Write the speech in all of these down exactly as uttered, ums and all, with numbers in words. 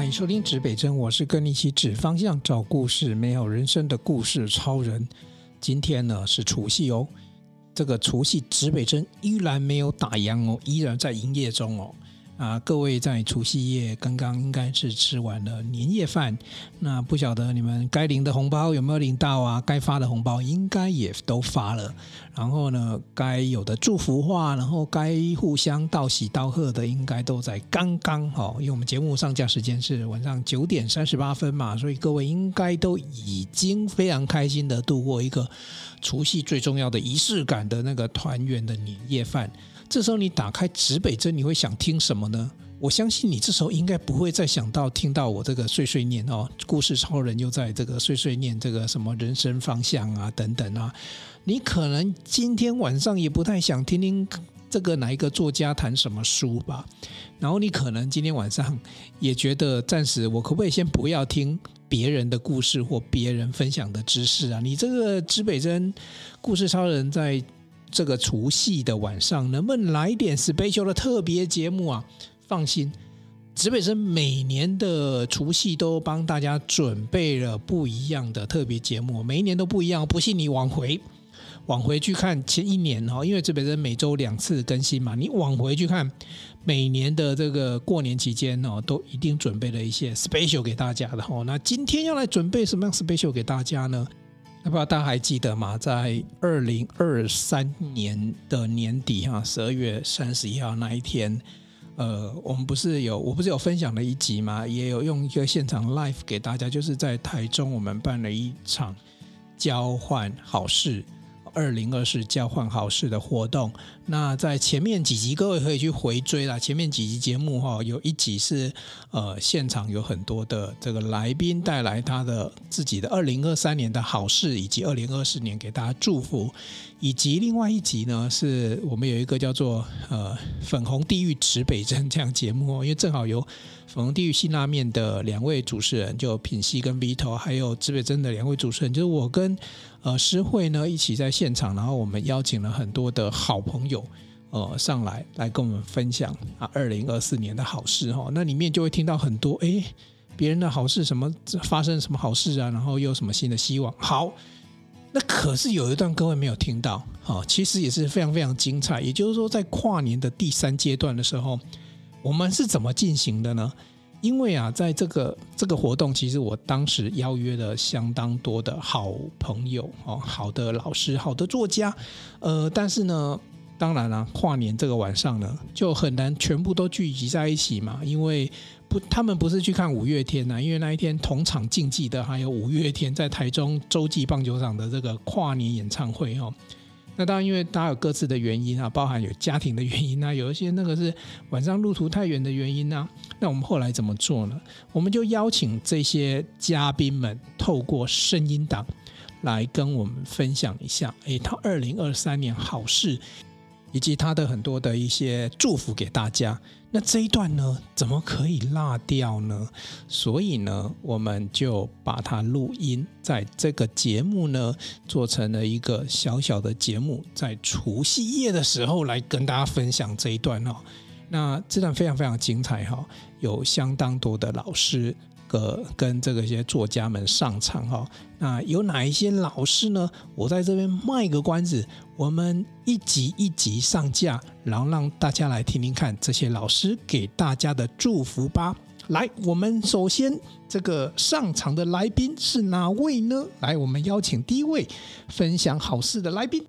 迎收听指北针，我是跟你一起指方向找故事，没有人生的故事超人。今天呢是除夕哦，这个除夕指北针依然没有打烊哦，依然在营业中哦。啊，各位在除夕夜刚刚应该是吃完了年夜饭，那不晓得你们该领的红包有没有领到啊？该发的红包应该也都发了，然后呢，该有的祝福话，然后该互相道喜道贺的，应该都在刚刚哦。因为我们节目上架时间是晚上九点三十八分嘛，所以各位应该都已经非常开心的度过一个除夕最重要的仪式感的那个团圆的年夜饭。这时候你打开指北针，你会想听什么呢？我相信你这时候应该不会再想到听到我这个碎碎念哦，故事超人又在这个碎碎念这个什么人生方向啊等等啊。你可能今天晚上也不太想听听这个哪一个作家谈什么书吧。然后你可能今天晚上也觉得暂时我可不可以先不要听别人的故事或别人分享的知识啊？你这个指北针故事超人在这个除夕的晚上能不能来一点 special 的特别节目啊？放心，指北针每年的除夕都帮大家准备了不一样的特别节目，每一年都不一样，不信你往回往回去看前一年，因为指北针每周两次更新嘛，你往回去看每年的这个过年期间都一定准备了一些 special 给大家的。那今天要来准备什么样 special 给大家呢？不知道大家还记得吗？在二零二三年的年底哈，十二月三十一号那一天，呃，我们不是有我不是有分享了一集吗？也有用一个现场 live 给大家，就是在台中我们办了一场交换好事二零二四交换好事的活动。那在前面几集各位可以去回追啦，前面几集节目有一集是呃现场有很多的这个来宾带来他的自己的二零二三年的好事，以及二零二四年给大家祝福，以及另外一集呢是我们有一个叫做呃粉红地狱指北针这样节目，因为正好有粉红地狱辛拉面的两位主持人，就品熙跟 Vito， 还有指北针的两位主持人，就是我跟呃诗慧呢一起在现场，然后我们邀请了很多的好朋友呃上来来跟我们分享啊二零二四年的好事哈。那里面就会听到很多哎别人的好事，什么发生什么好事啊，然后又有什么新的希望。好，那可是有一段各位没有听到，哦，其实也是非常非常精彩。也就是说，在跨年的第三阶段的时候，我们是怎么进行的呢？因为啊，在这个这个活动，其实我当时邀约了相当多的好朋友，哦，好的老师，好的作家，呃，但是呢，当然啦，跨年这个晚上呢，就很难全部都聚集在一起嘛，因为不，他们不是去看五月天啊，因为那一天同场竞技的还有五月天在台中洲际棒球场的这个跨年演唱会哦。那当然，因为大家有各自的原因啊，包含有家庭的原因啊，有一些那个是晚上路途太远的原因啊。那我们后来怎么做呢？我们就邀请这些嘉宾们透过声音档来跟我们分享一下，哎，他二零二三年好事，以及他的很多的一些祝福给大家。那这一段呢，怎么可以落掉呢？所以呢，我们就把它录音，在这个节目呢，做成了一个小小的节目，在除夕夜的时候来跟大家分享这一段哦。那这段非常非常精彩哈，有相当多的老师跟这个些作家们上场哈。那有哪一些老师呢？我在这边卖个关子，我们一集一集上架，然后让大家来听听看这些老师给大家的祝福吧。来，我们首先这个上场的来宾是哪位呢？来，我们邀请第一位分享好事的来宾。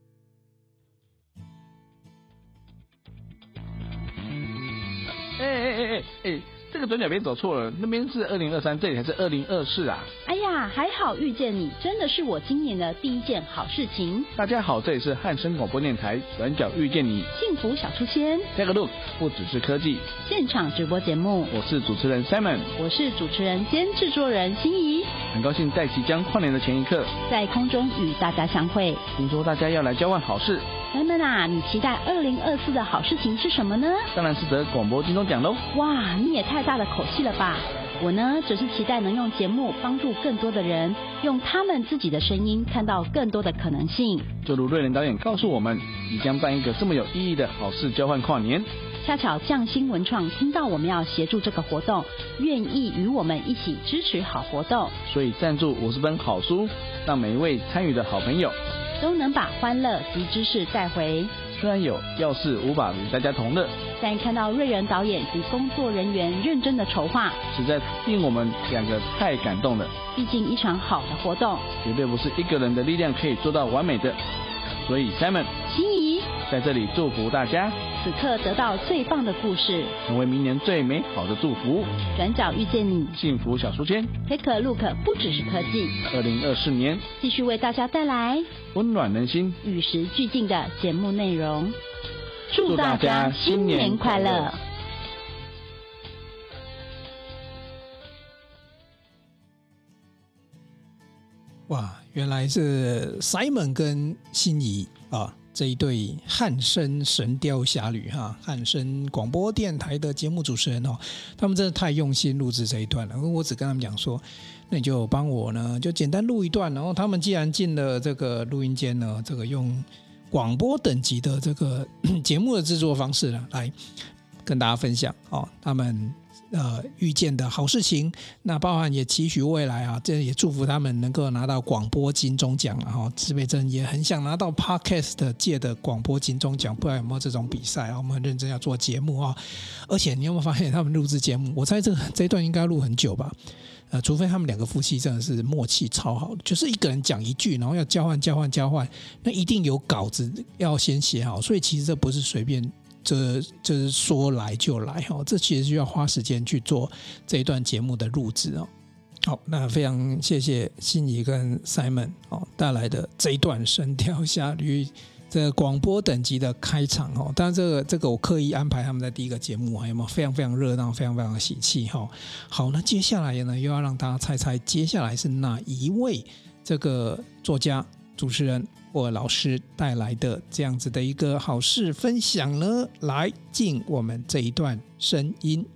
哎哎哎哎哎！这个转角边走错了，那边是二零二三，这里才是二零二四啊！ 哎呀，还好遇见你，真的是我今年的第一件好事情。 大家好，这里是汉声广播电台，转角遇见你， 幸福小出现。 Take a look， 不只是科技现场直播节目， 我是主持人 Simon， 我是主持人兼制作人心怡， 很高兴在即将跨年的前一刻， 在空中与大家相会。 听说大家要来交换好事。 Simon啊，你期待二零二四的好事情是什么呢？ 当然是得广播金钟奖喽！ 哇，你也太大的口气了吧！我呢，只是期待能用节目帮助更多的人，用他们自己的声音看到更多的可能性。 就如瑞仁导演告诉我们，即将办一个这么有意义的好事交换跨年， 恰巧匠心文创听到我们要协助这个活动，愿意与我们一起支持好活动， 所以赞助五十本好书，让每一位参与的好朋友都能把欢乐及知识带回。 虽然有要事无法与大家同乐， 但看到瑞仁导演及工作人员认真的筹划， 实在令我们两个太感动了。 毕竟一场好的活动绝对不是一个人的力量可以做到完美的，所以 Simon 心仪在这里祝福大家此刻得到最棒的故事， 成为明年最美好的祝福。 转角遇见你， 幸福小书签 Take a look 不只是科技， 二零二四年继续为大家带来温暖人心、 与时俱进的节目内容。祝大家新年快乐！ 哇，原来是 Simon 跟心仪啊这一对汉声神雕侠侣哈，汉声广播电台的节目主持人哦，他们真的太用心录制这一段了。我只跟他们讲说，那你就帮我呢，就简单录一段。然后他们既然进了这个录音间呢，这个用广播等级的这个节目的制作方式呢，来跟大家分享哦，他们呃遇见的好事情，那包含也期许未来啊，这也祝福他们能够拿到广播金钟奖啊。哈，指北针也很想拿到 Podcast 界的广播金钟奖，不知道有没有这种比赛啊？我们很认真要做节目啊，而且你有没有发现他们录制节目？我猜这个这一段应该录很久吧。呃，除非他们两个夫妻真的是默契超好的，就是一个人讲一句，然后要交换交换交换，那一定有稿子要先写好，所以其实这不是随便这就是说来就来哦，这其实需要花时间去做这一段节目的录制哦。好，那非常谢谢心仪跟 Simon 哦带来的这一段神雕侠侣这个广播等级的开场哦，当然这个这个我刻意安排他们在第一个节目，有没有非常非常热闹，非常非常的喜气哈。好，那接下来呢又要让大家猜猜，接下来是哪一位这个作家、主持人或老师带来的这样子的一个好事分享呢？来进我们这一段声音。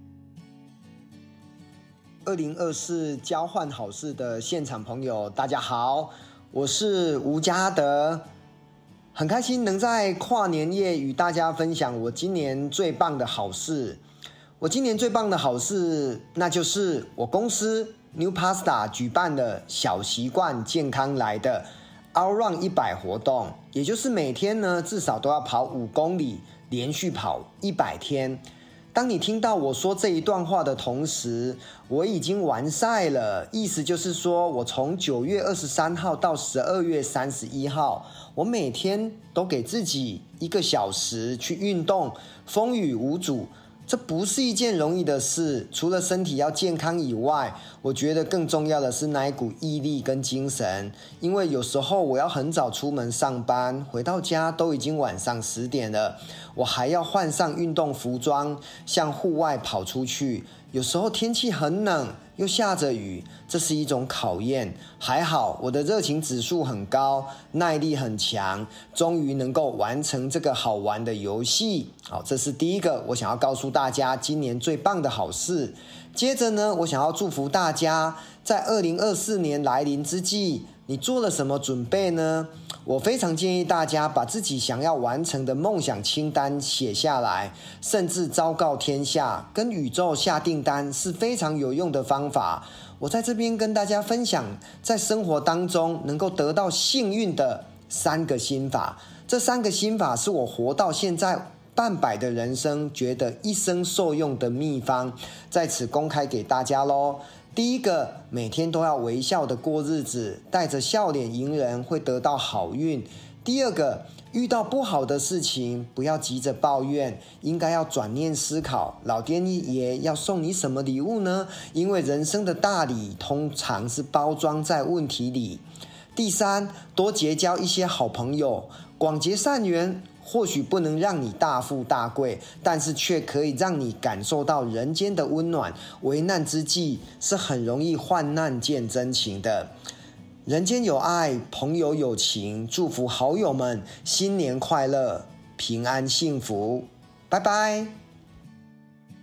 二零二四交换好事的现场朋友，大家好，我是吴家德。很开心能在跨年夜与大家分享我今年最棒的好事。我今年最棒的好事，那就是我公司 New Pasta 举办的小习惯健康来的 Outrun 一百活动，也就是每天呢至少都要跑五公里，连续跑一百天。当你听到我说这一段话的同时，我已经完赛了，意思就是说我从九月二十三号到十二月三十一号，我每天都给自己一个小时去运动，风雨无阻。这不是一件容易的事，除了身体要健康以外，我觉得更重要的是那一股毅力跟精神。因为有时候我要很早出门上班，回到家都已经晚上十点了，我还要换上运动服装，向户外跑出去。有时候天气很冷，又下着雨，这是一种考验。还好我的热情指数很高，耐力很强，终于能够完成这个好玩的游戏。好，这是第一个我想要告诉大家今年最棒的好事。接着呢，我想要祝福大家在二零二四年来临之际，你做了什么准备呢？我非常建议大家把自己想要完成的梦想清单写下来，甚至昭告天下，跟宇宙下订单是非常有用的方法。我在这边跟大家分享，在生活当中能够得到幸运的三个心法。这三个心法是我活到现在半百的人生觉得一生受用的秘方，在此公开给大家咯。第一个，每天都要微笑的过日子，带着笑脸迎人，会得到好运。第二个，遇到不好的事情，不要急着抱怨，应该要转念思考，老天爷要送你什么礼物呢？因为人生的大礼通常是包装在问题里。第三，多结交一些好朋友，广结善缘，或许不能让你大富大贵，但是却可以让你感受到人间的温暖。危难之际是很容易患难见真情的。人间有爱，朋友有情，祝福好友们新年快乐，平安幸福，拜拜。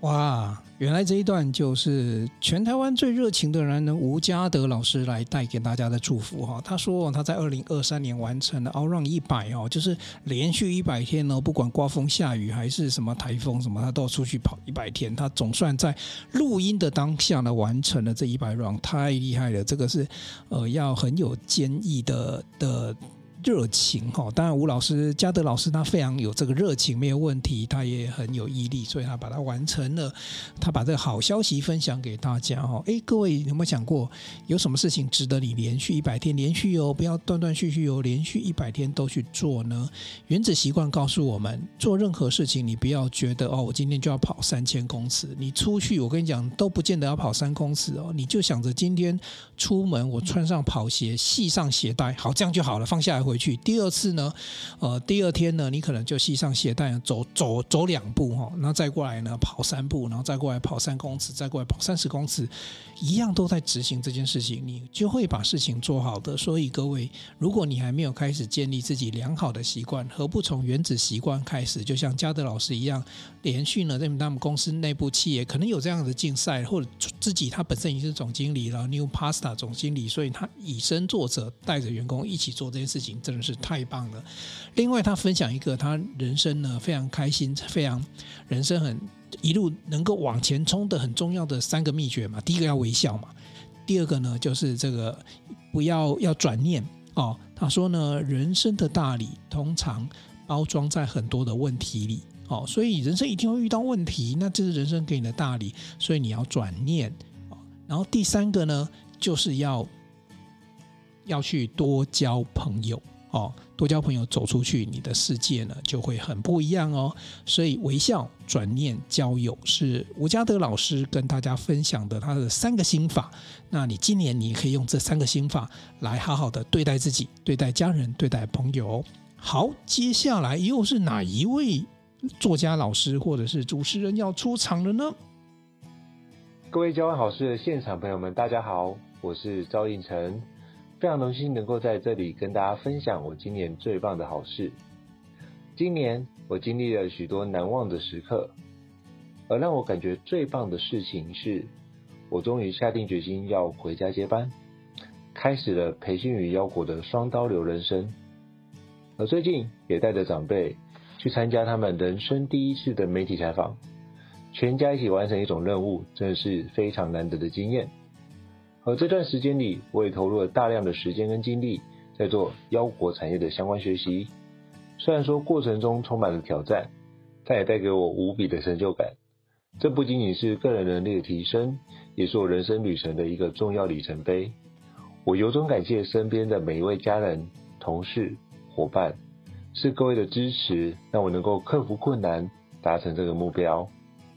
哇，原来这一段就是全台湾最热情的男人吴家德老师来带给大家的祝福哈。他说他在二零二三年完成了 Outrun 一百哦，就是连续一百天呢，不管刮风下雨还是什么台风什么，他都要出去跑一百天。他总算在录音的当下呢完成了这一百 run， 太厉害了！这个是呃要很有坚毅的的。热情哈，当然吴老师、嘉德老师他非常有这个热情，没有问题，他也很有毅力，所以他把它完成了。他把这个好消息分享给大家哈。哎，各位有没有想过，有什么事情值得你连续一百天连续哦，不要断断续续哦，连续一百天都去做呢？原子习惯告诉我们，做任何事情你不要觉得哦，我今天就要跑三千公尺，你出去我跟你讲都不见得要跑三公尺哦，你就想着今天出门我穿上跑鞋，系上鞋带，好这样就好了，放下来回。回去第二次呢，呃，第二天呢，你可能就系上鞋带，走走走两步哈，然后再过来呢跑三步，然后再过来跑三公尺，再过来跑三十公尺，一样都在执行这件事情，你就会把事情做好的。所以各位，如果你还没有开始建立自己良好的习惯，何不从原子习惯开始？就像嘉德老师一样，连续呢在他们公司内部企业可能有这样的竞赛，或者自己他本身已经是总经理了 ，New Pasta 总经理，所以他以身作则，带着员工一起做这件事情。真的是太棒了。另外他分享一个他人生呢非常开心，非常人生很一路能够往前冲的很重要的三个秘诀嘛。第一个要微笑嘛，第二个呢就是这个不要要转念哦。他说呢，人生的大礼通常包装在很多的问题里哦，所以人生一定会遇到问题，那这是人生给你的大礼，所以你要转念哦。然后第三个呢，就是要要去多交朋友。哦，多交朋友，走出去，你的世界呢就会很不一样哦。所以微笑、转念、交友是吴家德老师跟大家分享的他的三个心法。那你今年你可以用这三个心法来好好的对待自己、对待家人、对待朋友。好，接下来又是哪一位作家老师或者是主持人要出场了呢？ 各位交换好事的现场朋友们，大家好，我是赵应成。非常荣幸能够在这里跟大家分享我今年最棒的好事。今年我经历了许多难忘的时刻，而让我感觉最棒的事情是，我终于下定决心要回家接班，开始了培训与腰果的双刀流人生。而最近也带着长辈去参加他们人生第一次的媒体采访，全家一起完成一种任务，真的是非常难得的经验。而这段时间里，我也投入了大量的时间跟精力在做腰果产业的相关学习。虽然说过程中充满了挑战，但也带给我无比的成就感。这不仅仅是个人能力的提升，也是我人生旅程的一个重要里程碑。我由衷感谢身边的每一位家人、同事、伙伴，是各位的支持，让我能够克服困难，达成这个目标。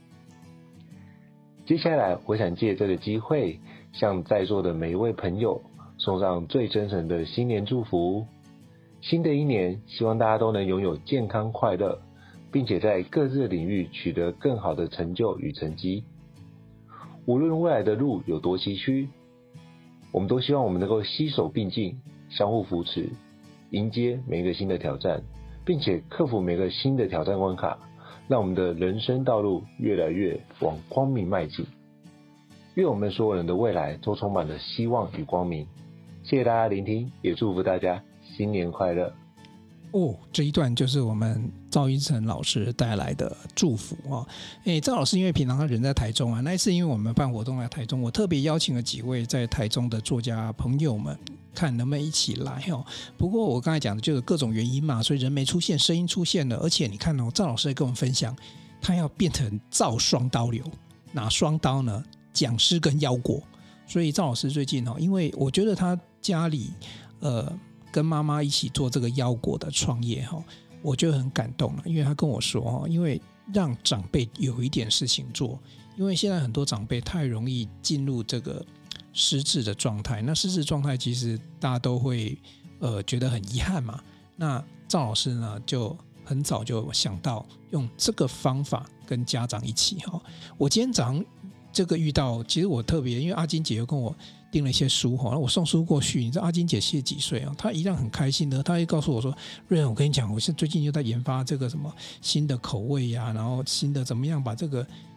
接下来，我想借这个机会，向在座的每一位朋友送上最真诚的新年祝福。新的一年，希望大家都能拥有健康快乐，并且在各自的领域取得更好的成就与成绩。无论未来的路有多崎岖，我们都希望我们能够携手并进，相互扶持，迎接每一个新的挑战，并且克服每个新的挑战关卡，让我们的人生道路越来越往光明迈进。愿我们所有人的未来都充满了希望与光明。谢谢大家聆听，也祝福大家新年快乐。 哦，这一段就是我们赵一成老师带来的祝福哦。诶，赵老师因为平常他人在台中啊，那一次因为我们办活动来台中，我特别邀请了几位在台中的作家朋友们，看能不能一起来哦。不过我刚才讲的就是各种原因嘛，所以人没出现，声音出现了，而且你看哦，赵老师在跟我们分享，他要变成赵双刀流，哪双刀呢？讲师跟腰果。所以赵老师最近哦，因为我觉得他家里呃。跟妈妈一起做这个腰果的创业，我就很感动了，因为他跟我说，因为让长辈有一点事情做，因为现在很多长辈太容易进入这个失智的状态，那失智状态其实大家都会呃觉得很遗憾嘛。那赵老师呢就很早就想到用这个方法跟家长一起。我今天早上这个遇到，其实我特别，因为阿金姐又跟我订了一些书，我送书过去，你知道阿金姐现在几岁啊？她一样很开心的，她会告诉我说：“瑞恩，我跟你讲，我现在最近就在研发这个什么新的口味呀、啊，然后新的怎么样把这个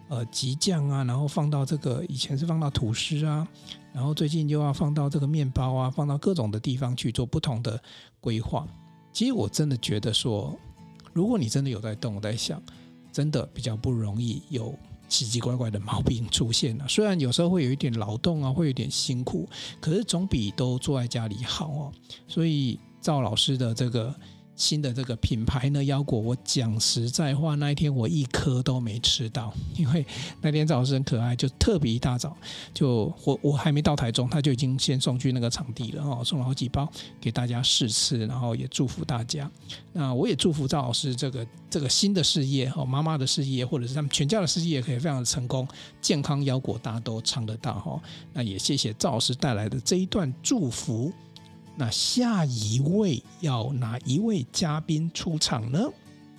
呃激酱啊，然后放到这个以前是放到吐司啊，然后最近又要放到这个面包啊，放到各种的地方去做不同的规划。其实我真的觉得说，如果你真的有在动，我在想，真的比较不容易有奇奇怪怪的毛病出现了。虽然有时候会有一点劳动啊，会有点辛苦，可是总比都坐在家里好哦。所以赵老师的这个新的这个品牌呢，腰果，我讲实在话，那一天我一颗都没吃到，因为那天赵老师很可爱，就特别一大早就我我还没到台中，他就已经先送去那个场地了哦，送了好几包给大家试吃，然后也祝福大家。那我也祝福赵老师这个这个新的事业哦，妈妈的事业，或者是他们全家的事业可以非常的成功，健康腰果大家都尝得到哦。那也谢谢赵老师带来的这一段祝福。那下一位要哪一位嘉宾出场呢？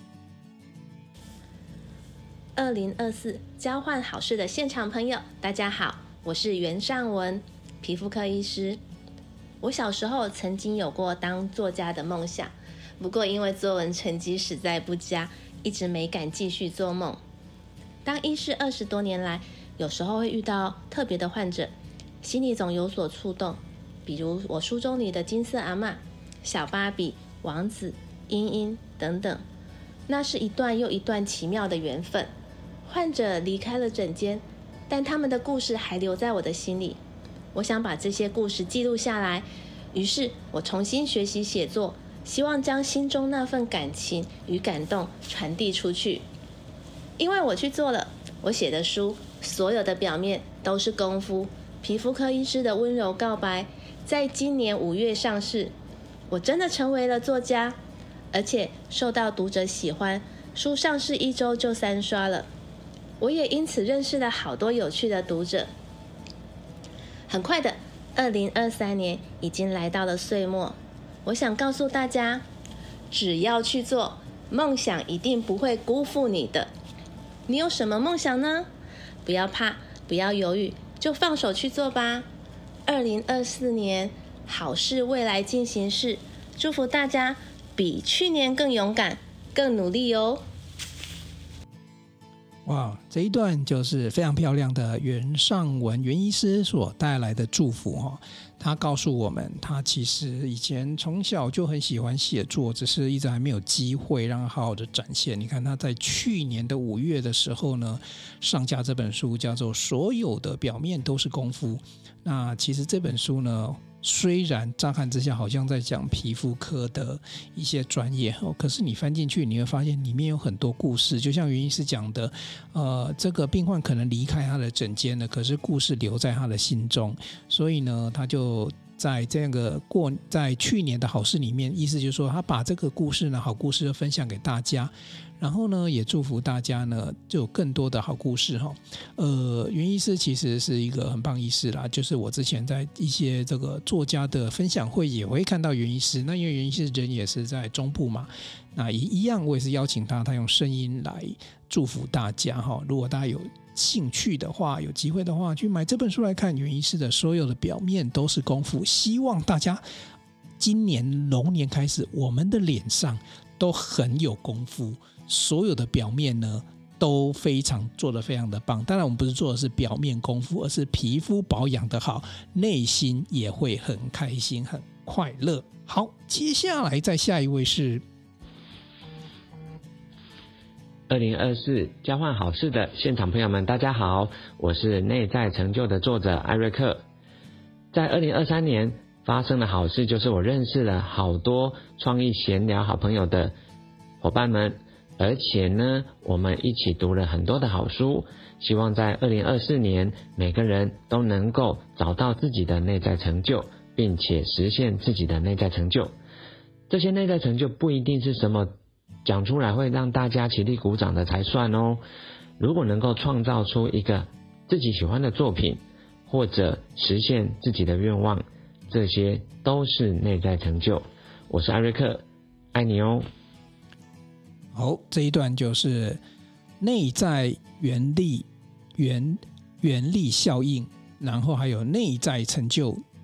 二零二四交换好事的现场朋友，大家好，我是袁尚文，皮肤科医师。我小时候曾经有过当作家的梦想，不过因为作文成绩实在不佳，一直没敢继续做梦。当医师二十多年来，有时候会遇到特别的患者，心里总有所触动。比如我书中里的金色阿嬷、小芭比、王子、茵茵等等，那是一段又一段奇妙的缘分。患者离开了诊间，但他们的故事还留在我的心里。我想把这些故事记录下来，于是我重新学习写作，希望将心中那份感情与感动传递出去。因为我去做了，我写的书，所有的表面都是功夫。皮肤科医师的温柔告白在今年五月上市，我真的成为了作家，而且受到读者喜欢，书上市一周就三刷了。我也因此认识了好多有趣的读者。很快的，二零二三年已经来到了岁末，我想告诉大家，只要去做，梦想一定不会辜负你的。你有什么梦想呢？不要怕，不要犹豫，就放手去做吧。二零二四年好事未来进行式，祝福大家比去年更勇敢，更努力哦。 哇，这一段就是非常漂亮的袁尚文袁医师所带来的祝福哦。他告诉我们，他其实以前从小就很喜欢写作，只是一直还没有机会让他好好的展现。你看他在去年的五月的时候呢，上架这本书叫做《所有的表面都是功夫》。那其实这本书呢，虽然乍看之下好像在讲皮肤科的一些专业，可是你翻进去你会发现里面有很多故事，就像袁医师讲的，呃，这个病患可能离开他的诊间了，可是故事留在他的心中，所以呢，他就在这个过在去年的好事里面，意思就是说他把这个故事呢，好故事分享给大家，然后呢，也祝福大家呢，就有更多的好故事哈。呃，袁医师其实是一个很棒医师啦，就是我之前在一些这个作家的分享会也会看到袁医师，那因为袁医师人也是在中部嘛，那也一样，我也是邀请他，他用声音来祝福大家哈。如果大家有兴趣的话，有机会的话，去买这本书来看。袁医师的所有的表面都是功夫，希望大家今年龙年开始，我们的脸上都很有功夫，所有的表面呢都非常做得非常的棒。当然我们不是做的是表面功夫，而是皮肤保养的好，内心也会很开心很快乐。好，接下来再下一位是二零二四交换好事的现场朋友们，大家好，我是内在成就的作者艾瑞克。在二零二三年发生的好事，就是我认识了好多创意闲聊好朋友的伙伴们，而且呢，我们一起读了很多的好书，希望在二零二四年每个人都能够找到自己的内在成就，并且实现自己的内在成就。这些内在成就不一定是什么讲出来会让大家起立鼓掌的才算哦。如果能够创造出一个自己喜欢的作品，或者实现自己的愿望，这些都是内在成就。我是艾瑞克，爱你哦。 好，这一段就是内在原力原原力效应，然后还有内在成就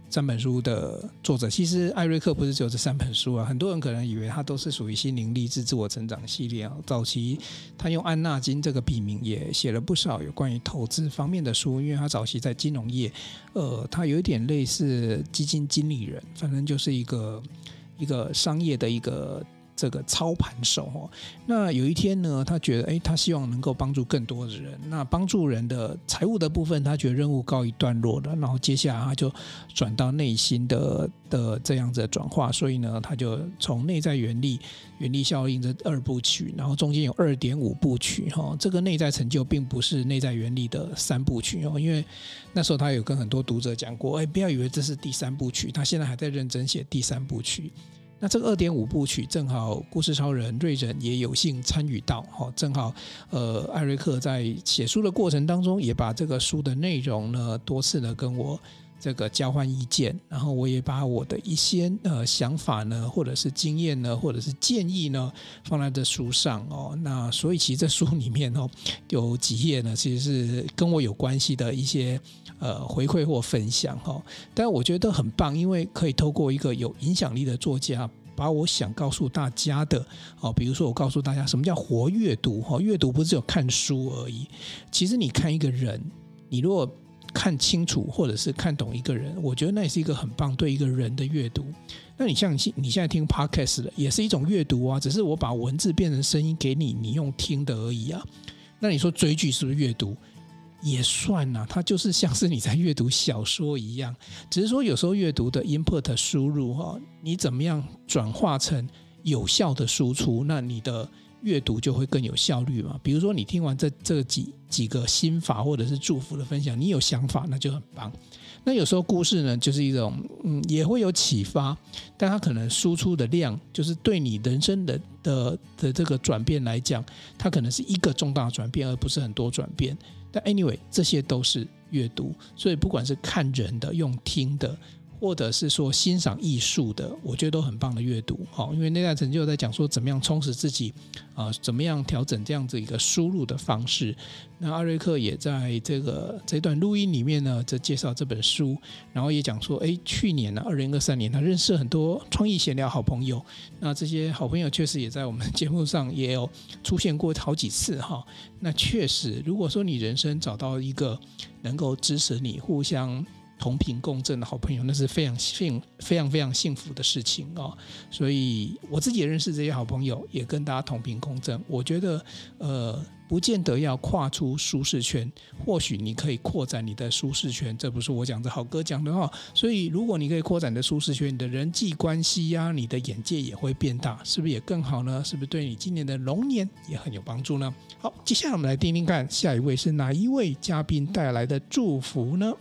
三本书的作者。其实艾瑞克不是只有这三本书啊，很多人可能以为他都是属于心灵励志自我成长系列啊。早期他用安纳金这个笔名也写了不少有关于投资方面的书，因为他早期在金融业，呃，他有一点类似基金经理人，反正就是一个一个商业的一个这个操盘手哦。那有一天呢，他觉得哎，他希望能够帮助更多的人，那帮助人的财务的部分他觉得任务告一段落了，然后接下来他就转到内心的的这样子的转化，所以呢他就从内在原力原力效应这二部曲，然后中间有 二点五 部曲、哦、这个内在成就并不是内在原力的三部曲、哦、因为那时候他有跟很多读者讲过，哎，不要以为这是第三部曲，他现在还在认真写第三部曲。那这个 二点五 部曲正好故事超人瑞仁也有幸参与到、哦、正好呃艾瑞克在写书的过程当中也把这个书的内容呢多次的跟我这个交换意见，然后我也把我的一些呃想法呢，或者是经验呢，或者是建议呢，放在这书上哦。那所以其实这书里面哦，有几页呢，其实是跟我有关系的一些呃回馈或分享哦。但我觉得很棒，因为可以透过一个有影响力的作家，把我想告诉大家的哦，比如说我告诉大家什么叫活阅读哦，阅读不是只有看书而已，其实你看一个人，你如果看清楚或者是看懂一个人，我觉得那也是一个很棒对一个人的阅读。那你像你现在听 podcast 的也是一种阅读啊，只是我把文字变成声音给你，你用听的而已啊。那你说追剧是不是阅读？也算啊，它就是像是你在阅读小说一样，只是说有时候阅读的 input 输入、哦、你怎么样转化成有效的输出，那你的阅读就会更有效率嘛。比如说你听完这这几几个心法或者是祝福的分享，你有想法那就很棒。那有时候故事呢就是一种嗯也会有启发，但它可能输出的量就是对你人生的的的这个转变来讲，它可能是一个重大转变而不是很多转变。但 anyway 这些都是阅读，所以不管是看人的用听的，或者是说欣赏艺术的，我觉得都很棒的阅读、哦、因为内在成就在讲说怎么样充实自己、呃、怎么样调整这样子一个输入的方式。那艾瑞克也在这个这段录音里面呢，在介绍这本书，然后也讲说哎，去年呢二零二三年他认识很多创意闲聊好朋友，那这些好朋友确实也在我们节目上也有出现过好几次、哦、那确实如果说你人生找到一个能够支持你互相同频共振的好朋友，那是非常非常非常幸福的事情哦。所以我自己也认识这些好朋友，也跟大家同频共振。我觉得呃，不见得要跨出舒适圈，或许你可以扩展你的舒适圈，这不是我讲的，好哥讲的哦。所以如果你可以扩展你的舒适圈，你的人际关系呀、啊，你的眼界也会变大，是不是也更好呢？是不是对你今年的龙年也很有帮助呢？好，接下来我们来听听看，下一位是哪一位嘉宾带来的祝福呢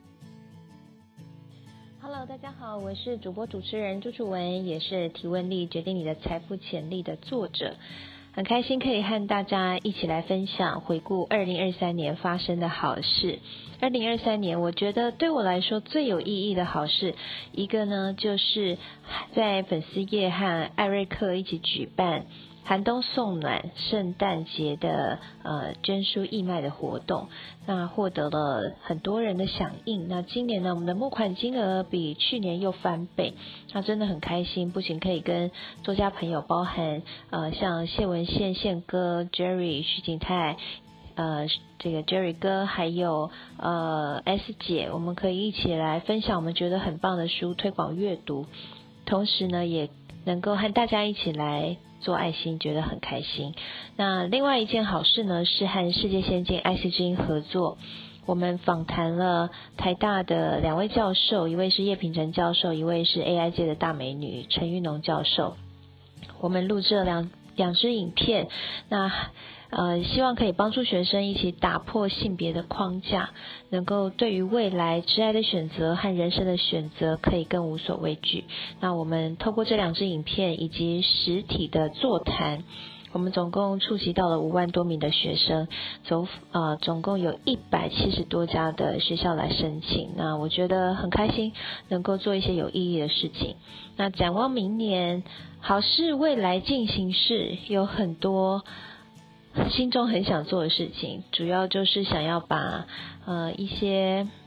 ？Hello， 大家好，我是主播主持人朱楚文，也是《提问力决定你的财富潜力》的作者。很开心可以和大家一起来分享回顾二零二三年发生的好事。二零二三年我觉得对我来说最有意义的好事，一个呢就是在粉丝页和艾瑞克一起举办寒冬送暖圣诞节的呃捐书义卖的活动，那获得了很多人的响应。那今年呢，我们的募款金额比去年又翻倍，那真的很开心。不仅可以跟作家朋友，包含呃像谢文宪宪哥、Jerry 徐景泰。呃，这个 Jerry 哥还有呃 S 姐，我们可以一起来分享我们觉得很棒的书，推广阅读，同时呢，也能够和大家一起来做爱心，觉得很开心。那另外一件好事呢，是和世界先进爱惜之音合作，我们访谈了台大的两位教授，一位是叶品成教授，一位是 A I 界的大美女陈玉农教授。我们录制了两两支影片，那呃，希望可以帮助学生一起打破性别的框架，能够对于未来职业的选择和人生的选择可以更无所畏惧。那我们透过这两支影片以及实体的座谈，我们总共触及到了五万多名的学生，总呃总共有一百七十多家的学校来申请。那我觉得很开心，能够做一些有意义的事情。那展望明年，好事未来进行式有很多心中很想做的事情，主要就是想要把呃一些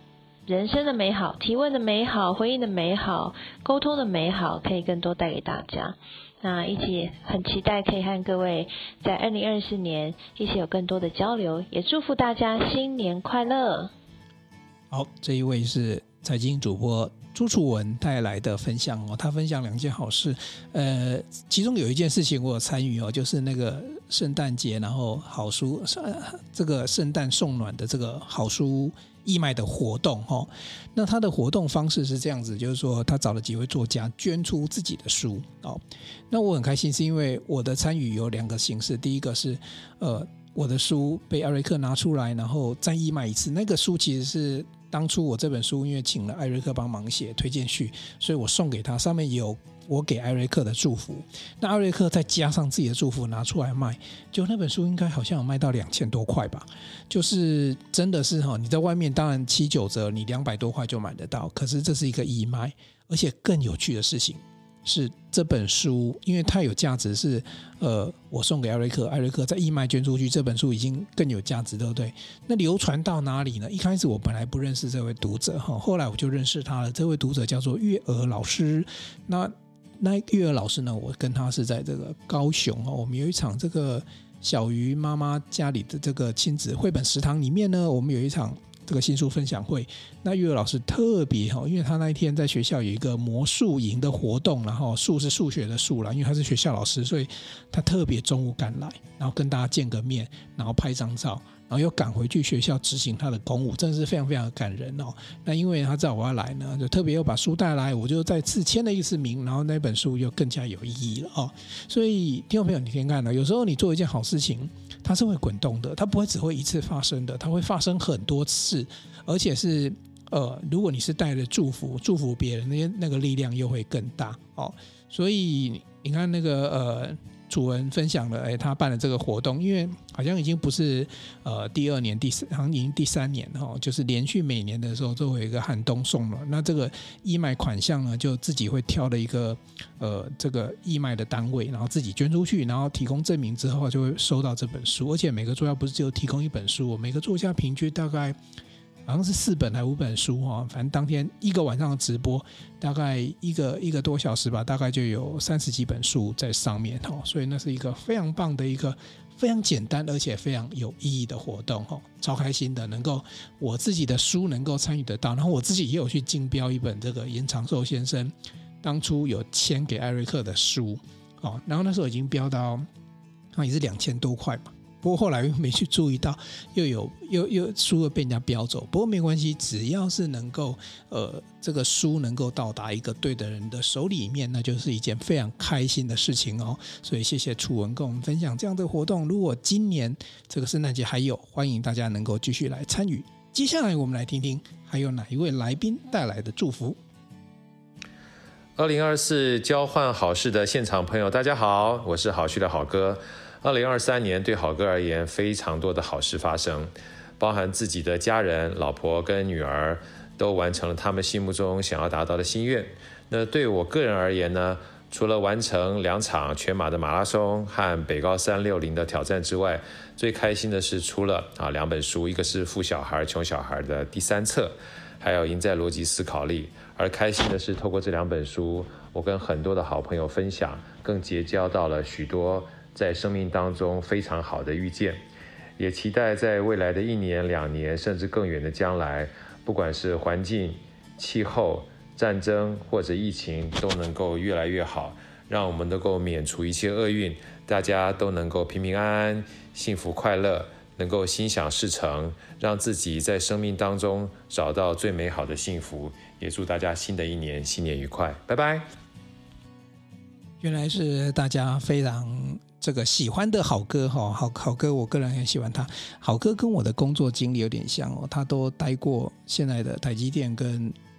人生的美好、提问的美好、回应的美好、沟通的美好，可以更多带给大家。那一起很期待可以和各位在二零二四年一起有更多的交流，也祝福大家新年快乐。 好，这一位是财经主播朱楚文带来的分享哦，他分享两件好事，呃，其中有一件事情我有参与哦，就是那个圣诞节，然后好书这个圣诞送暖的这个好书义卖的活动哦。那他的活动方式是这样子，就是说他找了几位作家捐出自己的书哦。那我很开心，是因为我的参与有两个形式，第一个是呃我的书被艾瑞克拿出来，然后再义卖一次。那个书其实是当初我这本书因为请了艾瑞克帮忙写推荐序，所以我送给他，上面有我给艾瑞克的祝福，那艾瑞克再加上自己的祝福拿出来卖，就那本书应该好像有卖到两千多块吧，就是真的是你在外面当然七九折你两百多块就买得到，可是这是一个义卖。而且更有趣的事情是这本书因为太有价值，是呃，我送给艾瑞克，艾瑞克在义卖捐出去，这本书已经更有价值，对不对？那流传到哪里呢？一开始我本来不认识这位读者，后来我就认识他了。这位读者叫做月娥老师。那那月娥老师呢，我跟他是在这个高雄，我们有一场这个小鱼妈妈家里的这个亲子绘本食堂里面呢，我们有一场这个新书分享会。那月娥老师特别，因为他那一天在学校有一个魔术营的活动，然后术是数学的术啦，因为他是学校老师，所以他特别中午赶来，然后跟大家见个面，然后拍张照，然后又赶回去学校执行他的公务，真的是非常非常感人哦。那因为他知道我要来呢，就特别又把书带来，我就再次签了一次名，然后那本书又更加有意义了哦。所以听众朋友，你听看了，有时候你做一件好事情，它是会滚动的，它不会只会一次发生的，它会发生很多次，而且是呃，如果你是带着祝福，祝福别人，那些那个力量又会更大哦。所以你看那个呃。楚文分享了，哎，他办了这个活动，因为好像已经不是呃第二年、第三，好像已经第三年哈、哦，就是连续每年的时候都会有一个寒冬送暖。那这个义卖款项呢，就自己会挑了一个呃这个义卖的单位，然后自己捐出去，然后提供证明之后就会收到这本书。而且每个作家不是只有提供一本书，每个作家平均大概好像是四本还五本书哈，反正当天一个晚上的直播，大概一个一个多小时吧，大概就有三十几本书在上面哈，所以那是一个非常棒的一个非常简单而且非常有意义的活动哈，超开心的，能够我自己的书能够参与得到，然后我自己也有去竞标一本这个严长寿先生当初有签给艾瑞克的书哦，然后那时候已经标到那也是两千多块吧。不过后来又没去注意到，又有又又书又被人家标走。不过没关系，只要是能够呃这个书能够到达一个对的人的手里面，那就是一件非常开心的事情哦。所以谢谢楚文跟我们分享这样的活动。如果今年这个圣诞节还有，欢迎大家能够继续来参与。接下来我们来听听还有哪一位来宾带来的祝福。 二零二四交换好事的现场朋友，大家好，我是好趣的好哥。二零二三年对好哥而言非常多的好事发生，包含自己的家人、老婆跟女儿都完成了他们心目中想要达到的心愿。那对我个人而言呢，除了完成两场全马的马拉松和北高三六零的挑战之外，最开心的是出了啊两本书，一个是富小孩穷小孩的第三册，还有赢在逻辑思考力。而开心的是透过这两本书，我跟很多的好朋友分享，更结交到了许多在生命当中非常好的遇见，也期待在未来的一年、两年，甚至更远的将来，不管是环境、气候、战争或者疫情，都能够越来越好，让我们能够免除一切厄运，大家都能够平平安安、幸福快乐，能够心想事成，让自己在生命当中找到最美好的幸福。也祝大家新的一年新年愉快，拜拜。 原来是大家非常这个喜欢的好哥哈，好好哥，我个人很喜欢他。好哥跟我的工作经历有点像哦，他都待过现在的台积电跟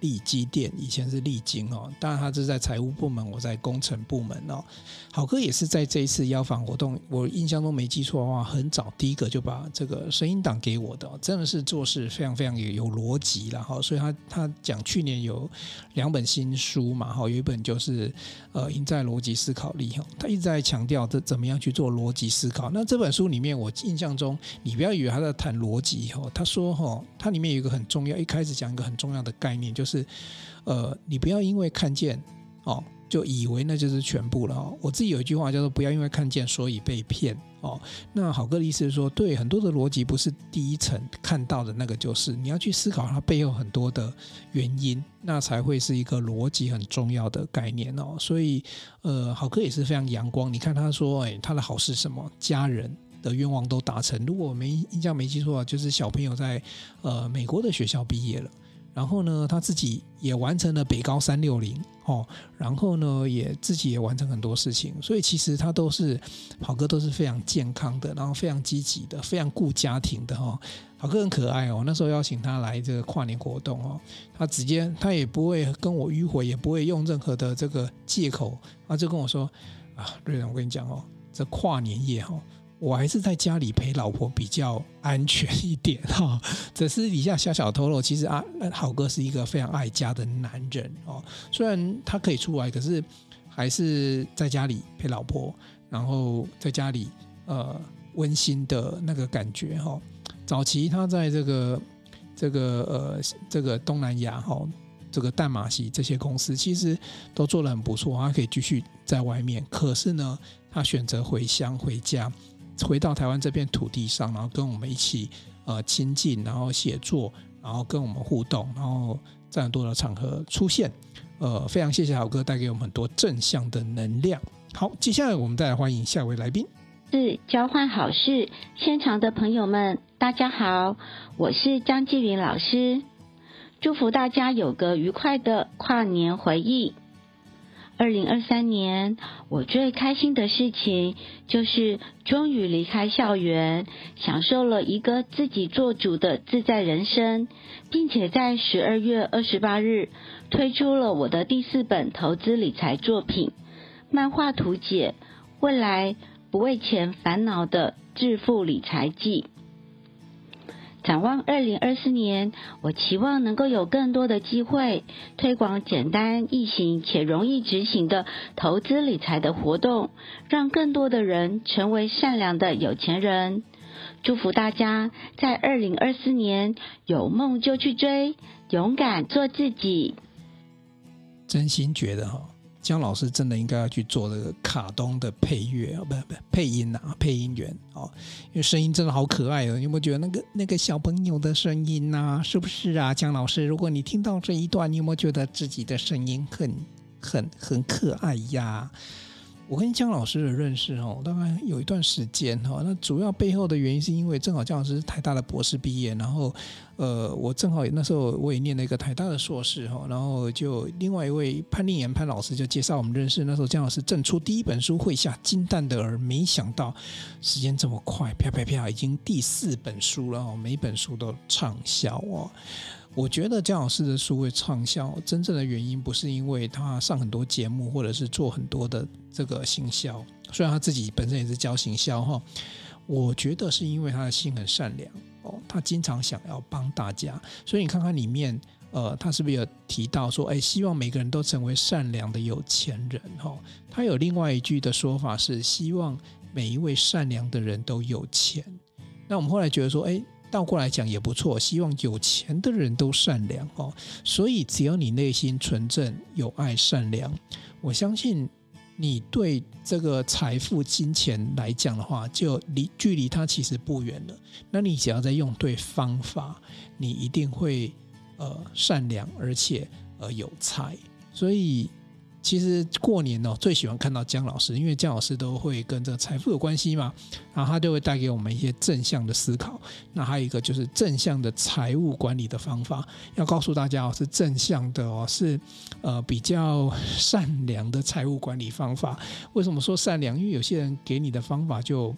力积电，以前是力晶哦，当然他是在财务部门，我在工程部门哦。好哥也是在这一次邀访活动，我印象中没记错的话，很早第一个就把这个声音档给我的、哦，真的是做事非常非常有有逻辑啦哈、哦。所以他他讲去年有两本新书嘛哈、哦，有一本就是呃赢在逻辑思考力哈、哦，他一直在强调这怎么样去做逻辑思考。那这本书里面我印象中，你不要以为他在谈逻辑哈、哦，他说哈、哦，它里面有一个很重要，一开始讲一个很重要的概念，就是呃你不要因为看见哦。就以为那就是全部了、哦、我自己有一句话叫做不要因为看见所以被骗、哦、那好哥的意思是说，对，很多的逻辑不是第一层看到的那个，就是你要去思考它背后很多的原因，那才会是一个逻辑很重要的概念哦。所以呃，好哥也是非常阳光，你看他说哎，他的好是什么？家人的愿望都达成。如果我没印象没记错，就是小朋友在呃美国的学校毕业了，然后呢，他自己也完成了北高三六零哦，然后呢，也自己也完成很多事情，所以其实他都是好哥都是非常健康的，然后非常积极的，非常顾家庭的哦。好哥很可爱哦，那时候邀请他来这个跨年活动哦，他直接他也不会跟我迂回，也不会用任何的这个借口，他就跟我说啊，瑞仁，我跟你讲哦，这跨年夜哦。我还是在家里陪老婆比较安全一点哈、哦。只是底下小小透露，其实啊，好哥是一个非常爱家的男人哦。虽然他可以出来，可是还是在家里陪老婆，然后在家里呃温馨的那个感觉哈、哦。早期他在这个这个呃这个东南亚哈、哦，这个淡马锡这些公司其实都做得很不错，他可以继续在外面。可是呢，他选择回乡回家。回到台湾这片土地上，然后跟我们一起呃亲近，然后写作，然后跟我们互动，然后在很多的场合出现，呃，非常谢谢好哥带给我们很多正向的能量。好，接下来我们再来欢迎下一位来宾。 是交换好事现场的朋友们，大家好，我是张继云老师，祝福大家有个愉快的跨年回忆。二零二三年我最开心的事情就是终于离开校园，享受了一个自己做主的自在人生，并且在十二月二十八日推出了我的第四本投资理财作品《漫画图解未来不为钱烦恼的致富理财记》。展望二零二四年，我期望能够有更多的机会推广简单易行且容易执行的投资理财的活动，让更多的人成为善良的有钱人。祝福大家在二零二四年有梦就去追，勇敢做自己。 真心觉得哈，江老师真的应该要去做这个卡通的配乐，不不配音啊，配音员哦，因为声音真的好可爱哦。你有没有觉得那个那个小朋友的声音啊，是不是啊？江老师，如果你听到这一段，你有没有觉得自己的声音很很很可爱呀？我跟江老师的认识哦，大概有一段时间哈。那主要背后的原因是因为正好江老师是台大的博士毕业，然后呃，我正好那时候我也念了一个台大的硕士哈，然后就另外一位潘令妍潘老师就介绍我们认识。那时候江老师正出第一本书《会下金蛋的儿》，没想到时间这么快，啪啪啪，已经第四本书了哦，每本书都畅销哦。我觉得江老师的书会畅销，真正的原因不是因为他上很多节目，或者是做很多的这个行销，虽然他自己本身也是教行销哈，我觉得是因为他的心很善良哦，他经常想要帮大家，所以你看看里面，呃，他是不是有提到说，哎，希望每个人都成为善良的有钱人哈？他有另外一句的说法是，希望每一位善良的人都有钱。那我们后来觉得说，哎。倒过来讲也不错，希望有钱的人都善良哦。所以只要你内心纯正、有爱、善良，我相信你对这个财富、金钱来讲的话，就离距离它其实不远了。那你只要在用对方法，你一定会呃善良，而且呃有才。所以其实过年哦，最喜欢看到江老师，因为江老师都会跟这个财富有关系嘛，然后他就会带给我们一些正向的思考。那还有一个就是正向的财务管理的方法，要告诉大家哦，是正向的哦，是呃比较善良的财务管理方法。为什么说善良？因为有些人给你的方法就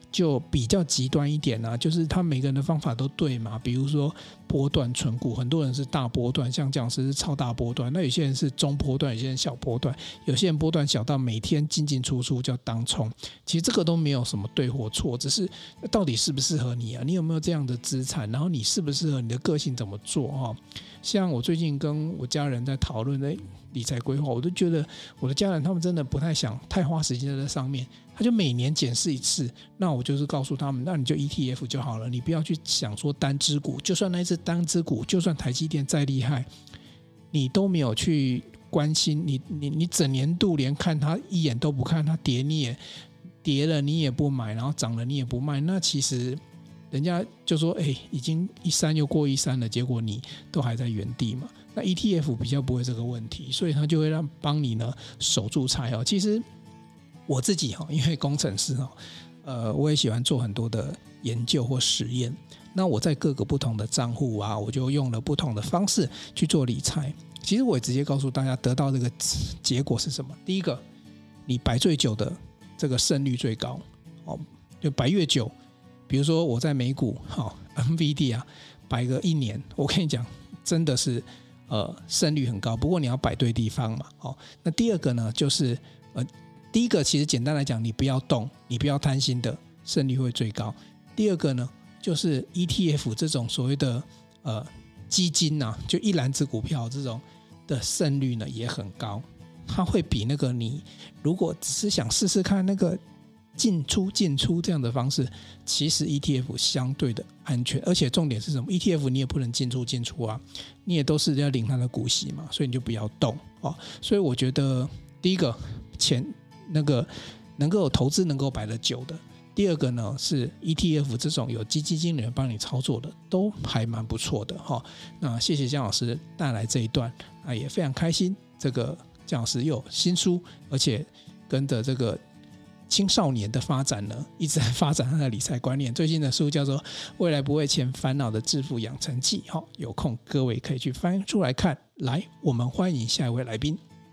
就比较极端一点啊，就是他每个人的方法都对嘛，比如说波段存股，很多人是大波段，像讲师是超大波段，那有些人是中波段，有些人小波段，有些人波段小到每天进进出出叫当冲，其实这个都没有什么对或错，只是到底适不适合你啊，你有没有这样的资产，然后你适不适合你的个性怎么做啊？像我最近跟我家人在讨论的理财规划，我都觉得我的家人他们真的不太想太花时间在这上面，他就每年检视一次，那我就是告诉他们，那你就 E T F 就好了，你不要去想说单只股，就算那一只单只股，就算台积电再厉害，你都没有去关心，你你你整年度连看它一眼都不看，它跌你也跌了你也不买，然后涨了你也不卖，那其实人家就说哎、欸，已经一三又过一三了，结果你都还在原地嘛。那 E T F 比较不会这个问题，所以它就会让帮你呢守住财哦。其实我自己哈，因为工程师哈，呃，我也喜欢做很多的研究或实验。那我在各个不同的账户啊，我就用了不同的方式去做理财。其实我也直接告诉大家，得到这个结果是什么？第一个，你摆最久的这个胜率最高哦，就摆越久。比如说我在美股好 N V D 啊，摆个一年，我跟你讲，真的是呃胜率很高。不过你要摆对地方嘛，哦。那第二个呢，就是呃第一个其实简单来讲，你不要动，你不要贪心的，胜率会最高。第二个呢，就是 E T F 这种所谓的呃基金啊，就一篮子股票这种的胜率呢也很高，它会比那个你如果只是想试试看那个进出进出这样的方式，其实 E T F 相对的安全，而且重点是什么 ？E T F 你也不能进出进出啊，你也都是要领它的股息嘛，所以你就不要动哦。所以我觉得第一个钱那个能够有投资能够摆得久的，第二个呢是 E T F 这种有基金经理人帮你操作的，都还蛮不错的哈、哦。那谢谢姜老师带来这一段啊，也非常开心。这个姜老师又有新书，而且跟着这个青少年的发展呢，一直在发展他的理财观念。最近的书叫做《未来不为钱烦恼的致富养成记》，好，有空各位可以去翻出来看。来，我们欢迎下一位来宾。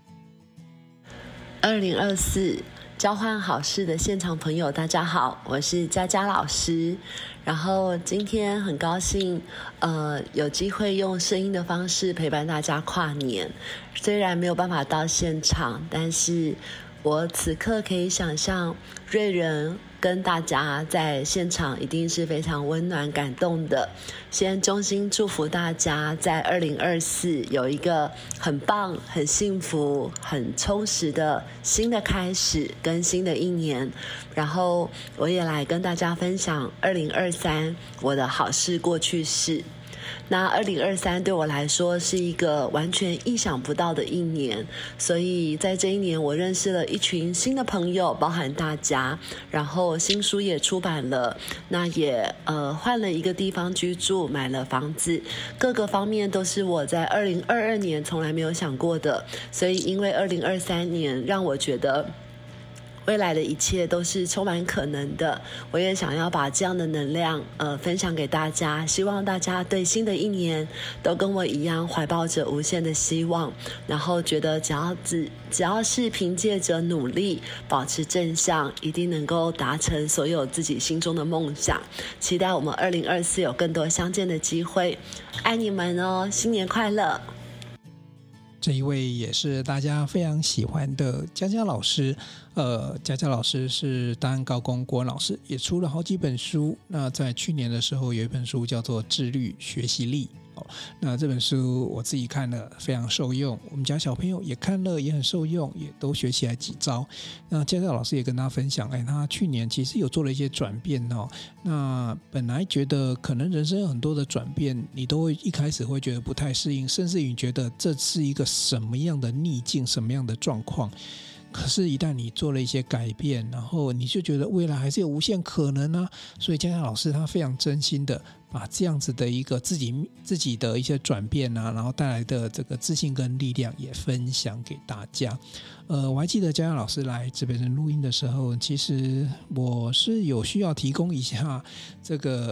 二零二四交换好事的现场朋友，大家好，我是佳佳老师。然后今天很高兴，呃，有机会用声音的方式陪伴大家跨年。虽然没有办法到现场，但是我此刻可以想象瑞仁跟大家在现场一定是非常温暖感动的。先衷心祝福大家在二零二四有一个很棒、很幸福、很充实的新的开始跟新的一年。然后我也来跟大家分享二零二三我的好事过去式。那二零二三对我来说是一个完全意想不到的一年，所以在这一年我认识了一群新的朋友，包含大家，然后新书也出版了，那也呃换了一个地方居住，买了房子，各个方面都是我在二零二二年从来没有想过的，所以因为二零二三年让我觉得未来的一切都是充满可能的，我也想要把这样的能量呃分享给大家，希望大家对新的一年都跟我一样怀抱着无限的希望，然后觉得只要只只要是凭借着努力保持正向，一定能够达成所有自己心中的梦想。期待我们二零二四有更多相见的机会，爱你们哦，新年快乐。 这一位也是大家非常喜欢的佳佳老师，呃，佳佳老师是大安高工国文老师，也出了好几本书。那在去年的时候有一本书叫做《自律学习力》，哦，那这本书我自己看了非常受用，我们家小朋友也看了也很受用，也都学起来几招。那佳佳老师也跟大家分享，哎，他去年其实有做了一些转变哦。那本来觉得可能人生有很多的转变，你都会一开始会觉得不太适应，甚至于觉得这是一个什么样的逆境，什么样的状况。可是，一旦你做了一些改变，然后你就觉得未来还是有无限可能啊。所以佳佳老师他非常真心的把这样子的一个自己自己的一些转变啊，然后带来的这个自信跟力量也分享给大家。呃，我还记得佳佳老师来指北针录音的时候，其实我是有需要提供一下这个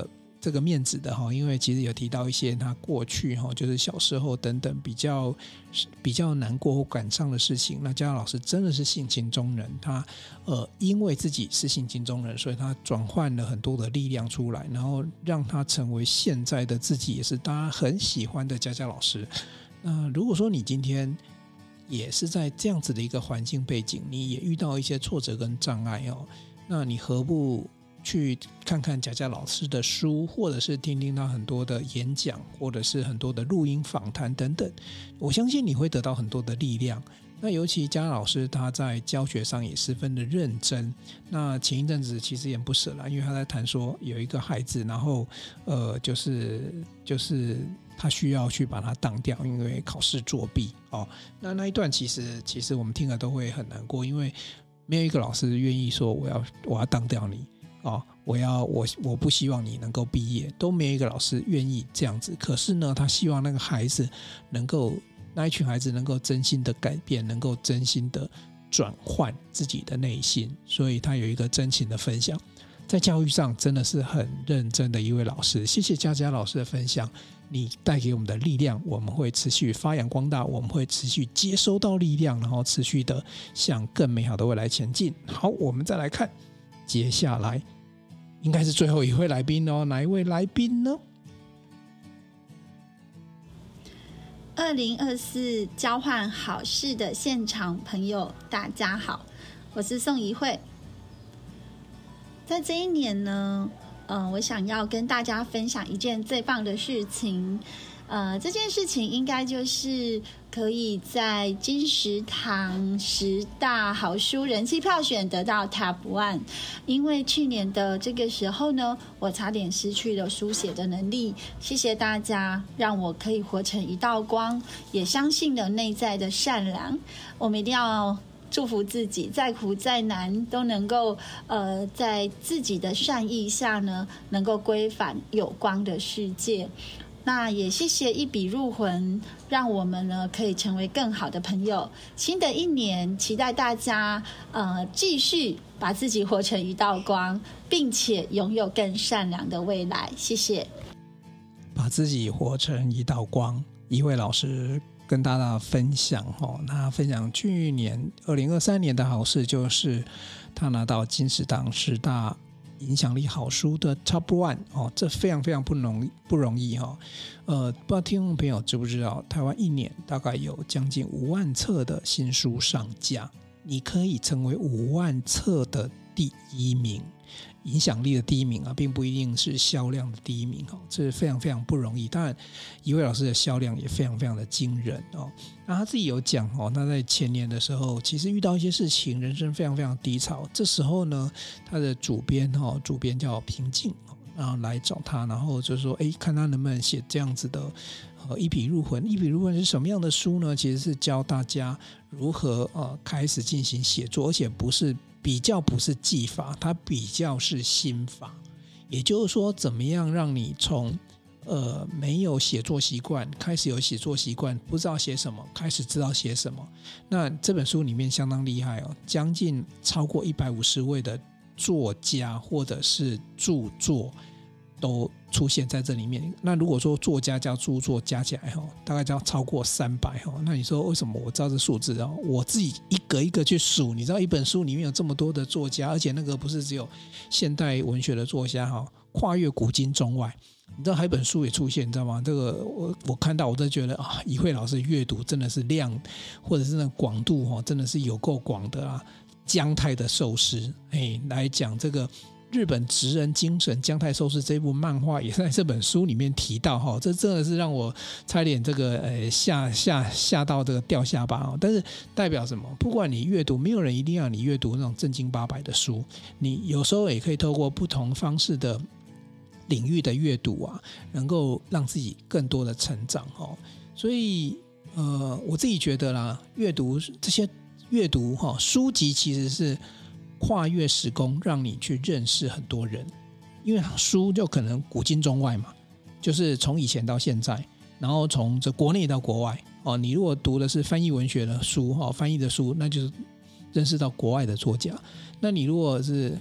这个面子的哈，因为其实有提到一些他过去哈，就是小时候等等比较比较难过或感伤的事情。那佳佳老师真的是性情中人，他呃因为自己是性情中人，所以他转换了很多的力量出来，然后让他成为现在的自己，也是大家很喜欢的佳佳老师。那如果说你今天也是在这样子的一个环境背景，你也遇到一些挫折跟障碍哦，那你何不去看看佳佳老师的书，或者是听听他很多的演讲，或者是很多的录音访谈等等，我相信你会得到很多的力量。那尤其佳佳老师他在教学上也十分的认真，那前一阵子其实也不舍了，因为他在谈说有一个孩子，然后呃就是就是他需要去把它当掉，因为考试作弊哦。那那一段其实其实我们听了都会很难过，因为没有一个老师愿意说我要我要当掉你哦，我要我我不希望你能够毕业，都没有一个老师愿意这样子。可是呢，他希望那个孩子能够，那一群孩子能够真心的改变，能够真心的转换自己的内心，所以他有一个真情的分享。在教育上真的是很认真的一位老师，谢谢佳佳老师的分享，你带给我们的力量，我们会持续发扬光大，我们会持续接收到力量，然后持续的向更美好的未来前进。好，我们再来看接下来应该是最后一位来宾哦，哪一位来宾呢？ 二零二四交换好事的现场朋友，大家好，我是宋怡慧。在这一年呢，呃，我想要跟大家分享一件最棒的事情。呃，这件事情应该就是可以在金石堂十大好书人气票选得到 Top One。因为去年的这个时候呢，我差点失去了书写的能力。谢谢大家，让我可以活成一道光，也相信了内在的善良。我们一定要祝福自己，再苦再难都能够呃，在自己的善意下呢，能够归返有光的世界。那也谢谢一笔入魂，让我们呢可以成为更好的朋友。新的一年，期待大家呃继续把自己活成一道光，并且拥有更善良的未来。谢谢。 把自己活成一道光，一位老师跟大家分享哦，他分享去年二零二三年的好事，就是他拿到金石堂十大影响力好书的 Top One 哦，这非常非常不容易不容易哈、哦。呃，不知道听众朋友知不知道，台湾一年大概有将近五万册的新书上架，你可以成为五万册的第一名，影响力的第一名啊，并不一定是销量的第一名哦，这是非常非常不容易。当然，一位老师的销量也非常非常的惊人哦。那他自己有讲哦，他在前年的时候，其实遇到一些事情，人生非常非常低潮。这时候呢，他的主编哦，主编叫平静，然后来找他，然后就说，哎，看他能不能写这样子的。呃，一笔入魂，一笔入魂是什么样的书呢？其实是教大家如何呃开始进行写作，而且不是比较不是技法，它比较是心法。也就是说，怎么样让你从呃没有写作习惯开始有写作习惯，不知道写什么开始知道写什么。那这本书里面相当厉害哦，将近超过一百五十位的作家或者是著作都出现在这里面。那如果说作家加著作加起来大概就要超过三百。那你说为什么我知道这数字？我自己一个一个去数，你知道一本书里面有这么多的作家，而且那个不是只有现代文学的作家，跨越古今中外，你知道还有一本书也出现，你知道吗？这个 我, 我看到我都觉得啊，怡慧老师阅读真的是量或者是那广度真的是有够广的啊。姜太的寿司，哎，来讲这个日本职人精神，姜太寿司这部漫画也在这本书里面提到哈，这真的是让我差点这个呃吓吓吓到这个掉下巴哦。但是代表什么？不管你阅读，没有人一定要你阅读那种正经八百的书，你有时候也可以透过不同方式的领域的阅读啊，能够让自己更多的成长哦。所以呃，我自己觉得啦，阅读这些阅读哈书籍其实是跨越时空，让你去认识很多人，因为书就可能古今中外嘛，就是从以前到现在，然后从这国内到国外哦。你如果读的是翻译文学的书哈，翻译的书，那就是认识到国外的作家。那你如果是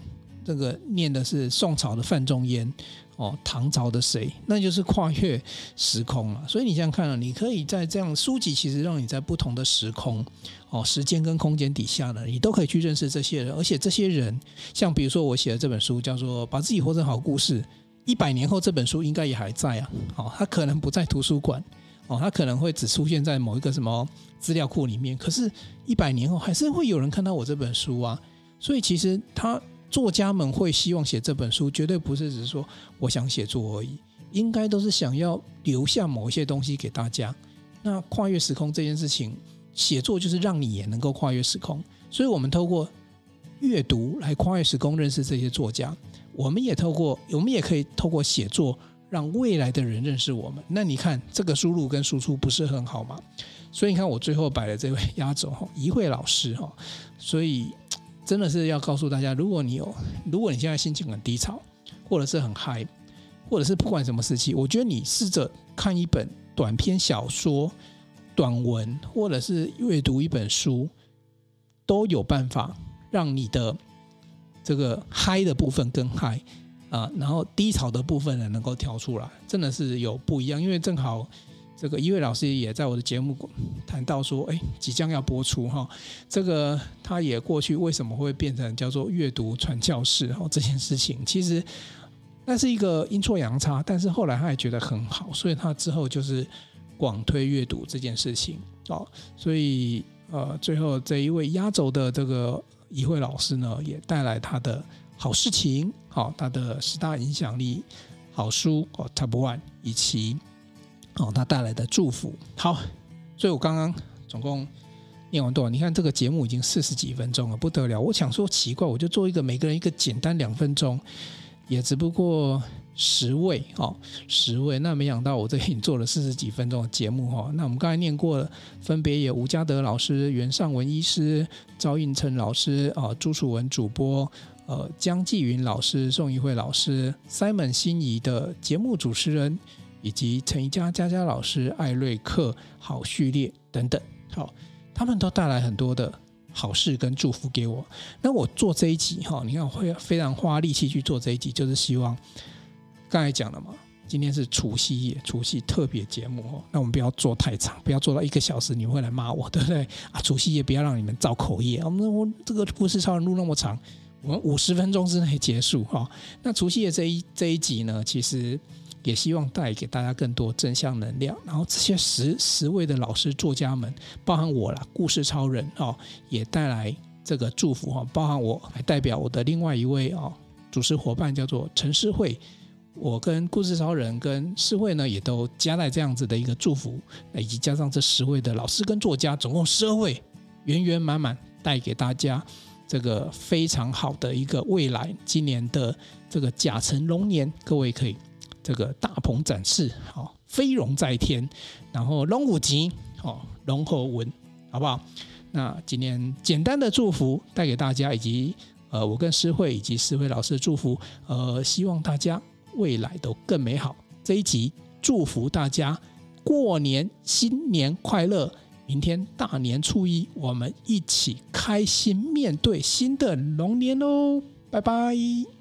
这个念的是宋朝的范仲淹哦，唐朝的谁，那就是跨越时空了。所以你想想看、啊、你可以在这样书籍其实让你在不同的时空哦，时间跟空间底下呢，你都可以去认识这些人，而且这些人像比如说我写的这本书叫做把自己活成好故事，一百年后这本书应该也还在啊，哦，它可能不在图书馆哦，它可能会只出现在某一个什么资料库里面，可是一百年后还是会有人看到我这本书啊。所以其实他作家们会希望写这本书，绝对不是只是说我想写作而已，应该都是想要留下某一些东西给大家。那跨越时空这件事情，写作就是让你也能够跨越时空，所以我们透过阅读来跨越时空认识这些作家，我们也透过我们也可以透过写作让未来的人认识我们。那你看这个输入跟输出不是很好吗？所以你看我最后摆了这位压轴怡慧老师，所以真的是要告诉大家，如果你有如果你现在心情很低潮，或者是很嗨，或者是不管什么时期，我觉得你试着看一本短篇小说、短文，或者是阅读一本书，都有办法让你的这个嗨的部分更嗨啊，然后低潮的部分呢能够跳出来，真的是有不一样。因为正好这个怡慧老师也在我的节目谈到说，哎，即将要播出哈，这个他也过去为什么会变成叫做阅读传教士哈这件事情，其实那是一个阴错阳差，但是后来他也觉得很好，所以他之后就是广推阅读这件事情哦。所以呃，最后这一位压轴的这个怡慧老师呢，也带来他的好事情，好、哦，他的十大影响力好书哦 Top One 以及。哦，他带来的祝福。好，所以我刚刚总共念完多少？你看这个节目已经四十几分钟了，不得了。我想说奇怪，我就做一个每个人一个简单两分钟，也只不过十位哦，十位。那没想到我这里做了四十几分钟的节目哦。那我们刚才念过了，分别有吴家德老师、袁尚文医师、赵应成老师、哦、朱楚文主播。呃，江继云老师、宋怡慧老师、Simon 心仪的节目主持人。以及陈怡佳佳佳老师、艾瑞克、好序列等等，好，他们都带来很多的好事跟祝福给我。那我做这一集哈，你看我会非常花力气去做这一集，就是希望刚才讲了嘛，今天是除夕夜，除夕特别节目哦，那我们不要做太长，不要做到一个小时，你们会来骂我，对不对啊？除夕夜不要让你们造口业，我们我这个故事超人录那么长，我们五十分钟之内结束哈。那除夕夜这一这一集呢，其实。也希望带给大家更多正向能量，然后这些十十位的老师作家们，包含我啦，故事超人哦，也带来这个祝福哈，包含我还代表我的另外一位哦主持伙伴叫做陈诗慧，我跟故事超人跟诗慧呢也都加在这样子的一个祝福，以及加上这十位的老师跟作家，总共十二位，圆圆满满带给大家这个非常好的一个未来。今年的这个甲辰龙年，各位可以。这个大鹏展翅，哦，飞龙在天，然后龙虎吉，哦，龙后文，好不好？那今天简单的祝福带给大家，以及呃，我跟诗慧以及诗慧老师的祝福，呃，希望大家未来都更美好。这一集祝福大家过年新年快乐！明天大年初一，我们一起开心面对新的龙年喽！拜拜。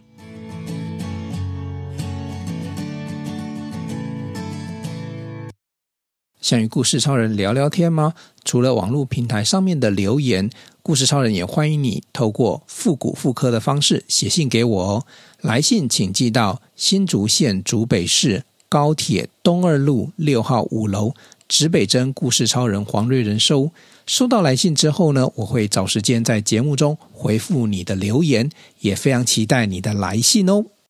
想与故事超人聊聊天吗？除了网络平台上面的留言，故事超人也欢迎你透过复古复刻的方式写信给我哦。来信请寄到新竹县竹北市高铁东二路六号五楼，指北针故事超人黄瑞仁收。收到来信之后呢，我会找时间在节目中回复你的留言，也非常期待你的来信哦。